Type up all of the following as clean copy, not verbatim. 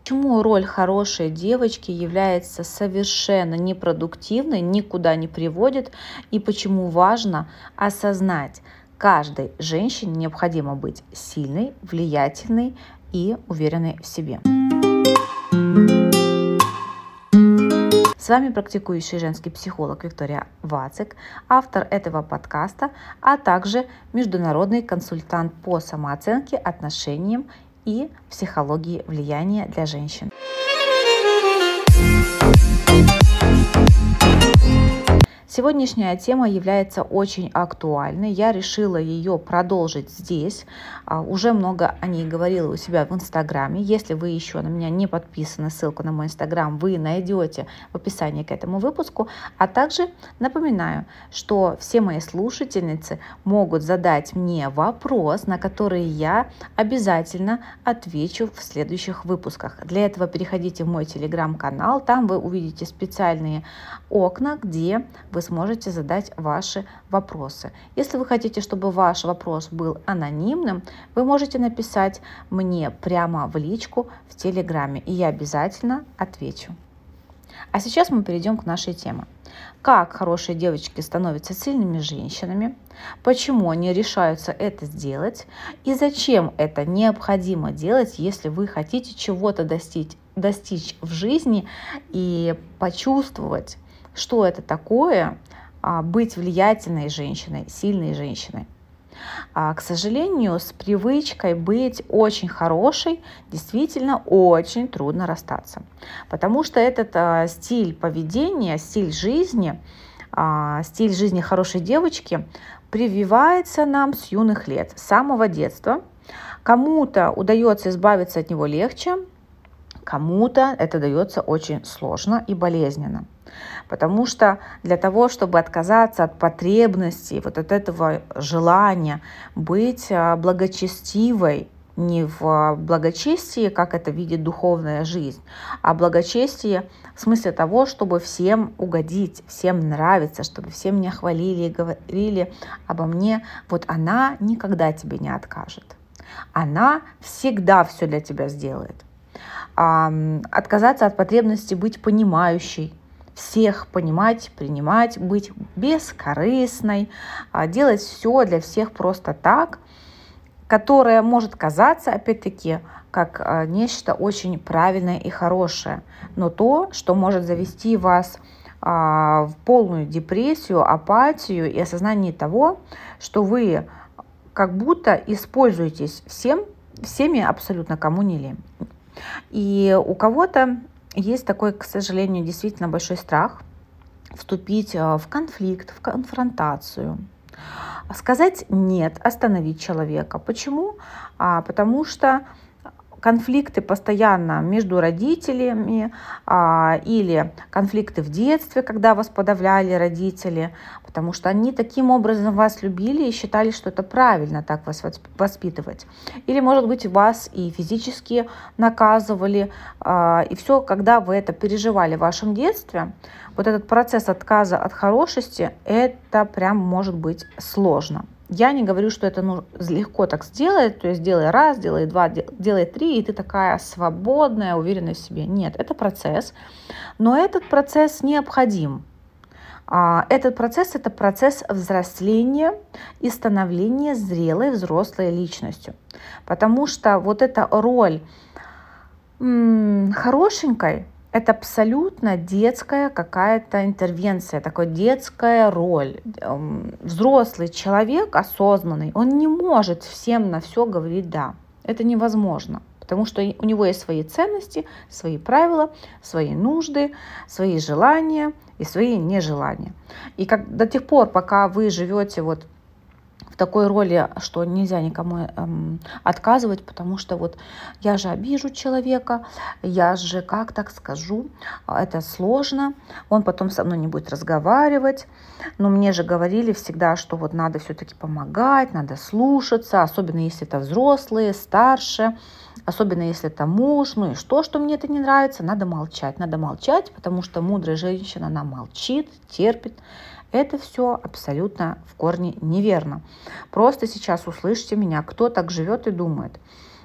Почему роль хорошей девочки является совершенно непродуктивной, никуда не приводит, и почему важно осознать, каждой женщине необходимо быть сильной, влиятельной и уверенной в себе. С вами практикующий женский психолог Виктория Вацик, автор этого подкаста, а также международный консультант по самооценке, отношениям и психологии влияния для женщин. Сегодняшняя тема является очень актуальной. Я решила ее продолжить здесь. Уже много о ней говорила у себя в Инстаграме. Если вы еще на меня не подписаны, ссылку на мой Инстаграм вы найдете в описании к этому выпуску. А также напоминаю, что все мои слушательницы могут задать мне вопрос, на который я обязательно отвечу в следующих выпусках. Для этого переходите в мой Телеграм-канал. Там вы увидите специальные окна, где вы сможете задать ваши вопросы. Если вы хотите, чтобы ваш вопрос был анонимным, вы можете написать мне прямо в личку в Телеграме, и я обязательно отвечу. А сейчас мы перейдем к нашей теме. Как хорошие девочки становятся сильными женщинами, почему они решаются это сделать и зачем это необходимо делать, если вы хотите чего-то достичь в жизни и почувствовать, что это такое быть влиятельной женщиной, сильной женщиной. К сожалению, с привычкой быть очень хорошей действительно очень трудно расстаться, потому что этот стиль поведения, стиль жизни хорошей девочки прививается нам с юных лет, с самого детства. Кому-то удается избавиться от него легче, кому-то это дается очень сложно и болезненно. Потому что для того, чтобы отказаться от потребностей, вот от этого желания быть благочестивой, не в благочестии, как это видит духовная жизнь, а благочестие в смысле того, чтобы всем угодить, всем нравиться, чтобы все меня хвалили и говорили обо мне, вот она никогда тебе не откажет. Она всегда все для тебя сделает. Отказаться от потребности быть понимающей, всех понимать, принимать, быть бескорыстной, делать все для всех просто так, которое может казаться, опять-таки, как нечто очень правильное и хорошее, но то, что может завести вас в полную депрессию, апатию и осознание того, что вы как будто используетесь всеми абсолютно кому не лень. И у кого-то есть такой, к сожалению, действительно большой страх вступить в конфликт, в конфронтацию, сказать «нет», остановить человека. Почему? Потому что конфликты постоянно между родителями или конфликты в детстве, когда вас подавляли родители, потому что они таким образом вас любили и считали, что это правильно так вас воспитывать. Или, может быть, вас и физически наказывали. И все, когда вы это переживали в вашем детстве, вот этот процесс отказа от хорошести, это прям может быть сложно. Я не говорю, что это легко так сделать, то есть делай раз, делай два, делай три, и ты такая свободная, уверенная в себе. Нет, это процесс, но этот процесс необходим. Этот процесс – это процесс взросления и становления зрелой взрослой личностью. Потому что вот эта роль хорошенькой – это абсолютно детская какая-то интервенция, такая детская роль. Взрослый человек, осознанный, он не может всем на все говорить «да». Это невозможно, потому что у него есть свои ценности, свои правила, свои нужды, свои желания и свои нежелания. И до тех пор, пока вы живете вот в такой роли, что нельзя никому отказывать, потому что вот я же обижу человека, я же как так скажу, это сложно, он потом со мной не будет разговаривать, но мне же говорили всегда, что вот надо все-таки помогать, надо слушаться, особенно если это взрослые, старше, особенно если это муж, ну и что мне это не нравится, надо молчать, потому что мудрая женщина, она молчит, терпит. Это все абсолютно в корне неверно. Просто сейчас услышьте меня, кто так живет и думает.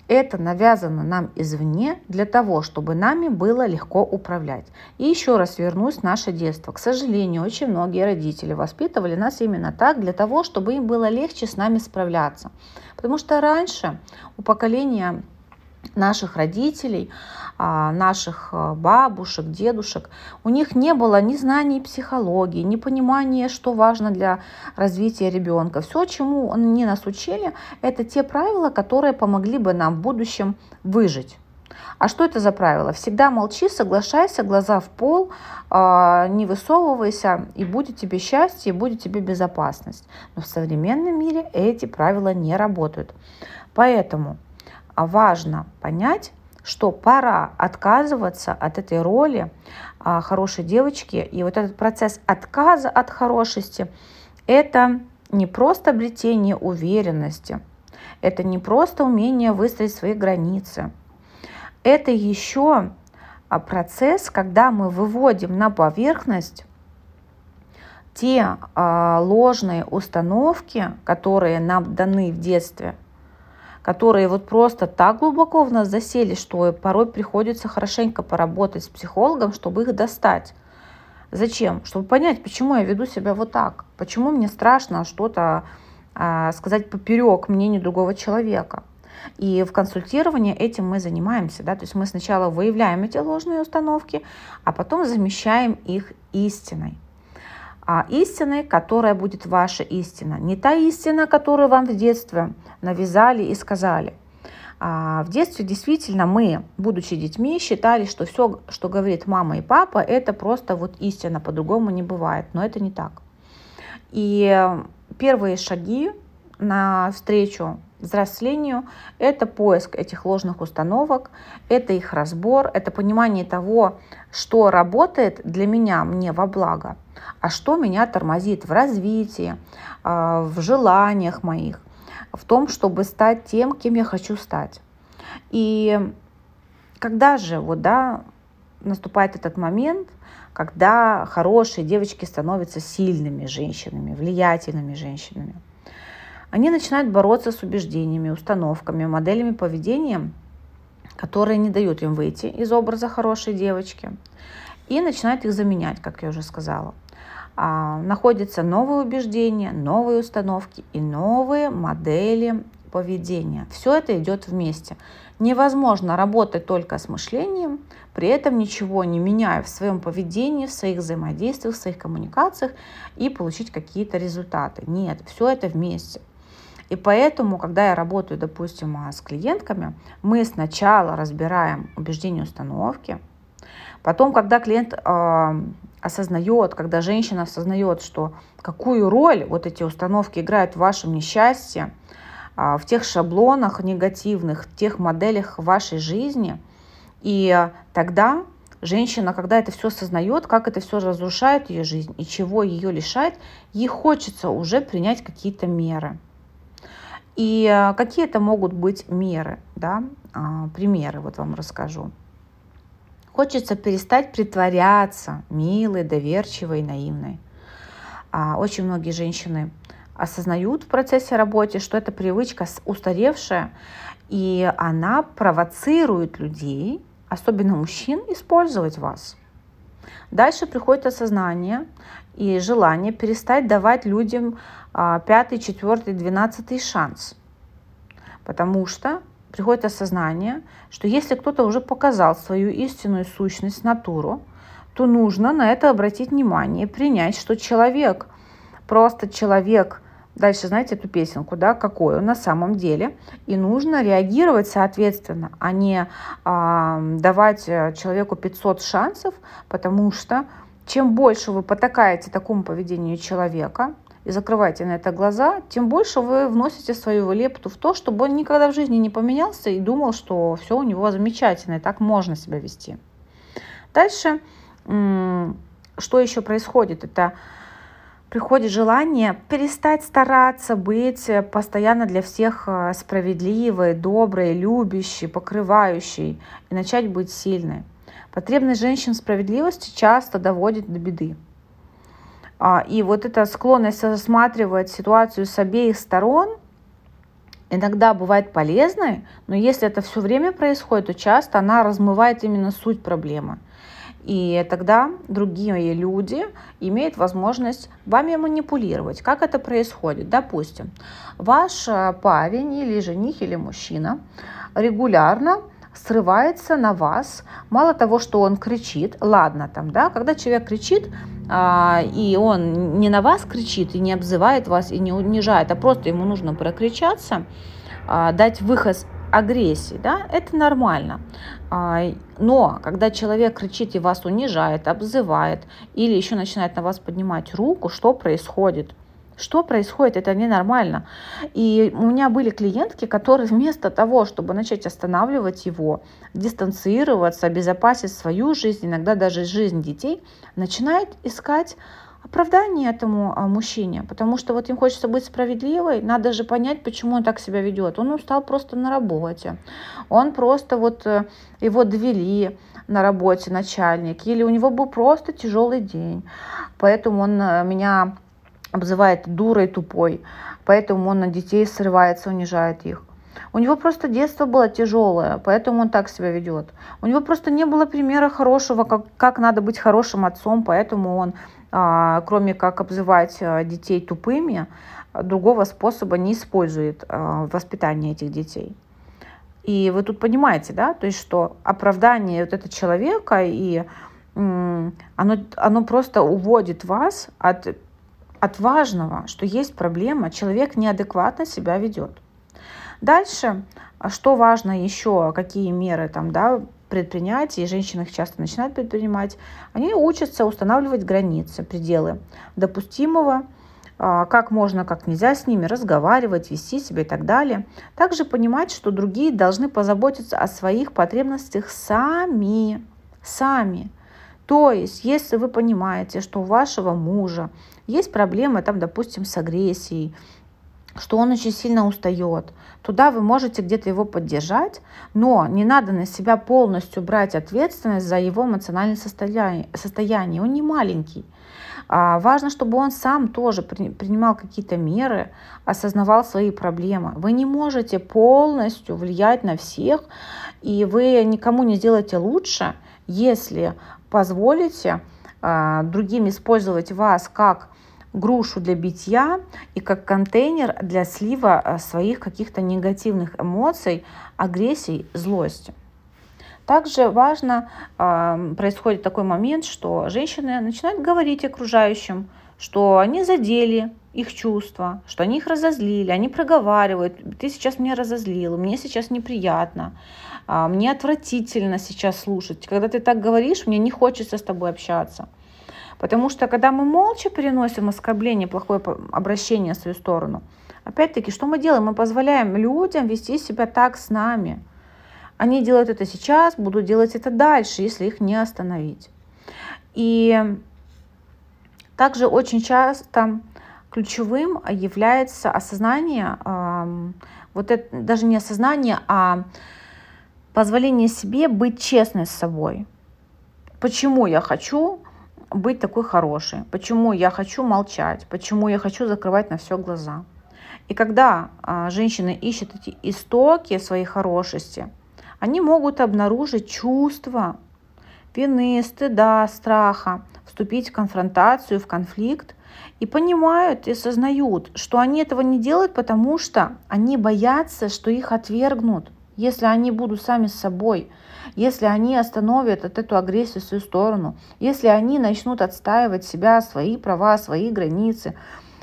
Это навязано нам извне для того, чтобы нами было легко управлять. И еще раз вернусь в наше детство. К сожалению, очень многие родители воспитывали нас именно так, для того, чтобы им было легче с нами справляться. Потому что раньше у поколения наших родителей, наших бабушек, дедушек, у них не было ни знаний психологии, ни понимания, что важно для развития ребенка. Все, чему они нас учили, это те правила, которые помогли бы нам в будущем выжить. А что это за правило? Всегда молчи, соглашайся, глаза в пол, не высовывайся, и будет тебе счастье, и будет тебе безопасность. Но в современном мире эти правила не работают. Поэтому важно понять, что пора отказываться от этой роли хорошей девочки. И вот этот процесс отказа от хорошести – это не просто обретение уверенности, это не просто умение выстроить свои границы. Это еще процесс, когда мы выводим на поверхность те ложные установки, которые нам даны в детстве, которые вот просто так глубоко в нас засели, что порой приходится хорошенько поработать с психологом, чтобы их достать. Зачем? Чтобы понять, почему я веду себя вот так, почему мне страшно что-то сказать поперек мнению другого человека. И в консультировании этим мы занимаемся. Да? То есть мы сначала выявляем эти ложные установки, а потом замещаем их истиной. Истиной, которая будет ваша истина. Не та истина, которую вам в детстве навязали и сказали. В детстве действительно мы, будучи детьми, считали, что все, что говорит мама и папа, это просто вот истина, по-другому не бывает. Но это не так. И первые шаги навстречу взрослению – это поиск этих ложных установок, это их разбор, это понимание того, что работает для меня, мне во благо, а что меня тормозит в развитии, в желаниях моих, в том, чтобы стать тем, кем я хочу стать. И когда же наступает этот момент, когда хорошие девочки становятся сильными женщинами, влиятельными женщинами, они начинают бороться с убеждениями, установками, моделями поведения, которые не дают им выйти из образа хорошей девочки, и начинают их заменять, как я уже сказала. Находятся новые убеждения, новые установки и новые модели поведения. Все это идет вместе. Невозможно работать только с мышлением, при этом ничего не меняя в своем поведении, в своих взаимодействиях, в своих коммуникациях и получить какие-то результаты. Нет, все это вместе. И поэтому, когда я работаю, допустим, с клиентками, мы сначала разбираем убеждения, установки, потом, когда клиент осознает, когда женщина осознает, что какую роль вот эти установки играют в вашем несчастье, в тех шаблонах негативных, в тех моделях вашей жизни, и тогда женщина, когда это все осознает, как это все разрушает ее жизнь и чего ее лишает, ей хочется уже принять какие-то меры. И какие это могут быть меры, да? Примеры вот вам расскажу. Хочется перестать притворяться милой, доверчивой, наивной. Очень многие женщины осознают в процессе работы, что это привычка устаревшая, и она провоцирует людей, особенно мужчин, использовать вас. Дальше приходит осознание и желание перестать давать людям 5-й, 4-й, 12-й шанс. Потому что приходит осознание, что если кто-то уже показал свою истинную сущность, натуру, то нужно на это обратить внимание, принять, что человек, просто человек, дальше знаете эту песенку, да, какой он на самом деле, и нужно реагировать соответственно, а не давать человеку 500 шансов, потому что чем больше вы потакаете такому поведению человека и закрываете на это глаза, тем больше вы вносите свою лепту в то, чтобы он никогда в жизни не поменялся и думал, что все у него замечательно, и так можно себя вести. Дальше, что еще происходит? Это приходит желание перестать стараться быть постоянно для всех справедливой, доброй, любящей, покрывающей и начать быть сильной. Потребность женщин в справедливости часто доводит до беды. И вот эта склонность рассматривать ситуацию с обеих сторон, иногда бывает полезной, но если это все время происходит, то часто она размывает именно суть проблемы. И тогда другие люди имеют возможность вами манипулировать. Как это происходит? Допустим, ваш парень или жених или мужчина регулярно срывается на вас. Мало того, что он кричит, ладно там, да, когда человек кричит, и он не на вас кричит, и не обзывает вас, и не унижает, а просто ему нужно прокричаться, дать выход агрессии, да, это нормально. Но когда человек кричит и вас унижает, обзывает, или еще начинает на вас поднимать руку, что происходит? Что происходит? Это ненормально. И у меня были клиентки, которые вместо того, чтобы начать останавливать его, дистанцироваться, обезопасить свою жизнь, иногда даже жизнь детей, начинают искать оправдание этому мужчине, потому что вот им хочется быть справедливой, надо же понять, почему он так себя ведет. Он устал просто на работе, он просто вот его довели на работе начальник, или у него был просто тяжелый день, поэтому он меня обзывает дурой тупой, поэтому он на детей срывается, унижает их. У него просто детство было тяжелое, поэтому он так себя ведет. У него просто не было примера хорошего, как надо быть хорошим отцом, поэтому он, кроме как обзывать детей тупыми, другого способа не использует в воспитании этих детей. И вы тут понимаете, да, то есть что оправдание вот этого человека, и оно просто уводит вас от важного, что есть проблема, человек неадекватно себя ведет. Дальше, что важно еще, какие меры там, да, предпринять, и женщины их часто начинают предпринимать, они учатся устанавливать границы, пределы допустимого, как можно, как нельзя с ними разговаривать, вести себя и так далее. Также понимать, что другие должны позаботиться о своих потребностях сами. То есть, если вы понимаете, что у вашего мужа есть проблемы, там, допустим, с агрессией, что он очень сильно устает, туда вы можете где-то его поддержать, но не надо на себя полностью брать ответственность за его эмоциональное состояние. Он не маленький. Важно, чтобы он сам тоже принимал какие-то меры, осознавал свои проблемы. Вы не можете полностью влиять на всех, и вы никому не сделаете лучше, если позволите другим использовать вас как грушу для битья и как контейнер для слива своих каких-то негативных эмоций, агрессий, злости. Также важно, происходит такой момент, что женщины начинают говорить окружающим, что они задели их чувства, что они их разозлили, они проговаривают: ты сейчас меня разозлил, мне сейчас неприятно, мне отвратительно сейчас слушать, когда ты так говоришь, мне не хочется с тобой общаться. Потому что когда мы молча переносим оскорбление, плохое обращение в свою сторону, опять-таки, что мы делаем? Мы позволяем людям вести себя так с нами. Они делают это сейчас, будут делать это дальше, если их не остановить. И также очень часто ключевым является осознание, вот это даже не осознание, а позволение себе быть честной с собой. Почему я хочу быть такой хорошей? Почему я хочу молчать? Почему я хочу закрывать на все глаза? И когда женщины ищут эти истоки своей хорошести, они могут обнаружить чувства вины, стыда, страха, вступить в конфронтацию, в конфликт, и понимают и осознают, что они этого не делают, потому что они боятся, что их отвергнут, если они будут сами с собой, если они остановят эту агрессию в свою сторону, если они начнут отстаивать себя, свои права, свои границы,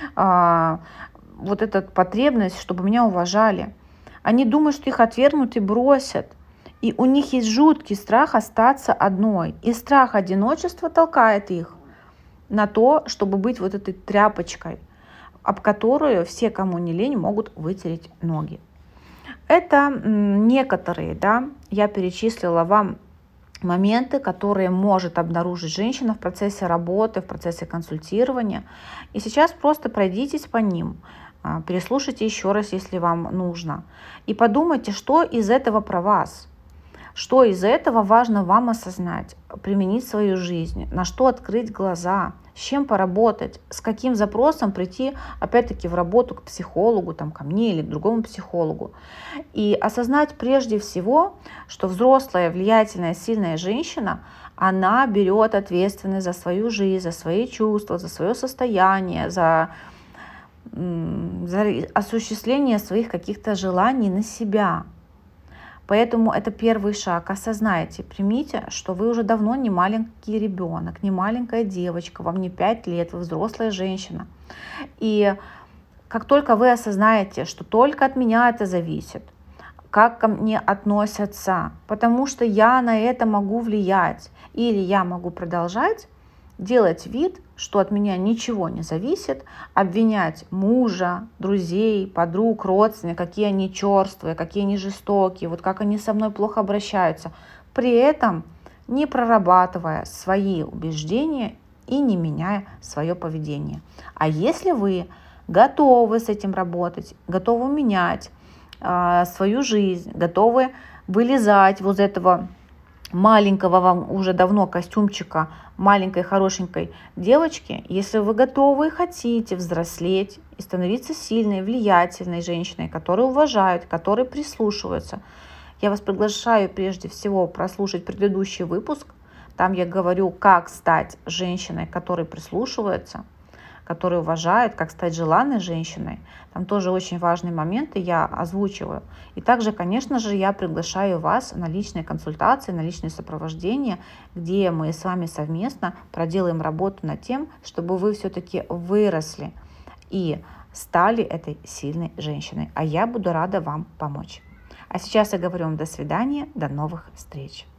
вот эта потребность, чтобы меня уважали. Они думают, что их отвергнут и бросят. И у них есть жуткий страх остаться одной. И страх одиночества толкает их на то, чтобы быть вот этой тряпочкой, об которую все, кому не лень, могут вытереть ноги. Это некоторые, да, я перечислила вам моменты, которые может обнаружить женщина в процессе работы, в процессе консультирования. И сейчас просто пройдитесь по ним, переслушайте еще раз, если вам нужно, и подумайте, что из этого про вас. Что из этого важно вам осознать, применить в свою жизнь, на что открыть глаза, с чем поработать, с каким запросом прийти, опять-таки, в работу к психологу, там, ко мне или к другому психологу. И осознать прежде всего, что взрослая, влиятельная, сильная женщина, она берет ответственность за свою жизнь, за свои чувства, за свое состояние, за осуществление своих каких-то желаний на себя. Поэтому это первый шаг. Осознайте, примите, что вы уже давно не маленький ребенок, не маленькая девочка, вам не 5 лет, вы взрослая женщина. И как только вы осознаете, что только от меня это зависит, как ко мне относятся, потому что я на это могу влиять, или я могу продолжать делать вид, что от меня ничего не зависит, обвинять мужа, друзей, подруг, родственников, какие они черствые, какие они жестокие, вот как они со мной плохо обращаются, при этом не прорабатывая свои убеждения и не меняя свое поведение. А если вы готовы с этим работать, готовы менять свою жизнь, готовы вылезать вот из этого маленького вам уже давно костюмчика маленькой хорошенькой девочки, если вы готовы и хотите взрослеть и становиться сильной, влиятельной женщиной, которую уважают, которые прислушиваются, я вас приглашаю прежде всего прослушать предыдущий выпуск. Там я говорю, как стать женщиной, которой прислушивается, которые уважают, как стать желанной женщиной. Там тоже очень важные моменты я озвучиваю. И также, конечно же, я приглашаю вас на личные консультации, на личное сопровождение, где мы с вами совместно проделаем работу над тем, чтобы вы все-таки выросли и стали этой сильной женщиной. А я буду рада вам помочь. А сейчас я говорю вам до свидания, до новых встреч.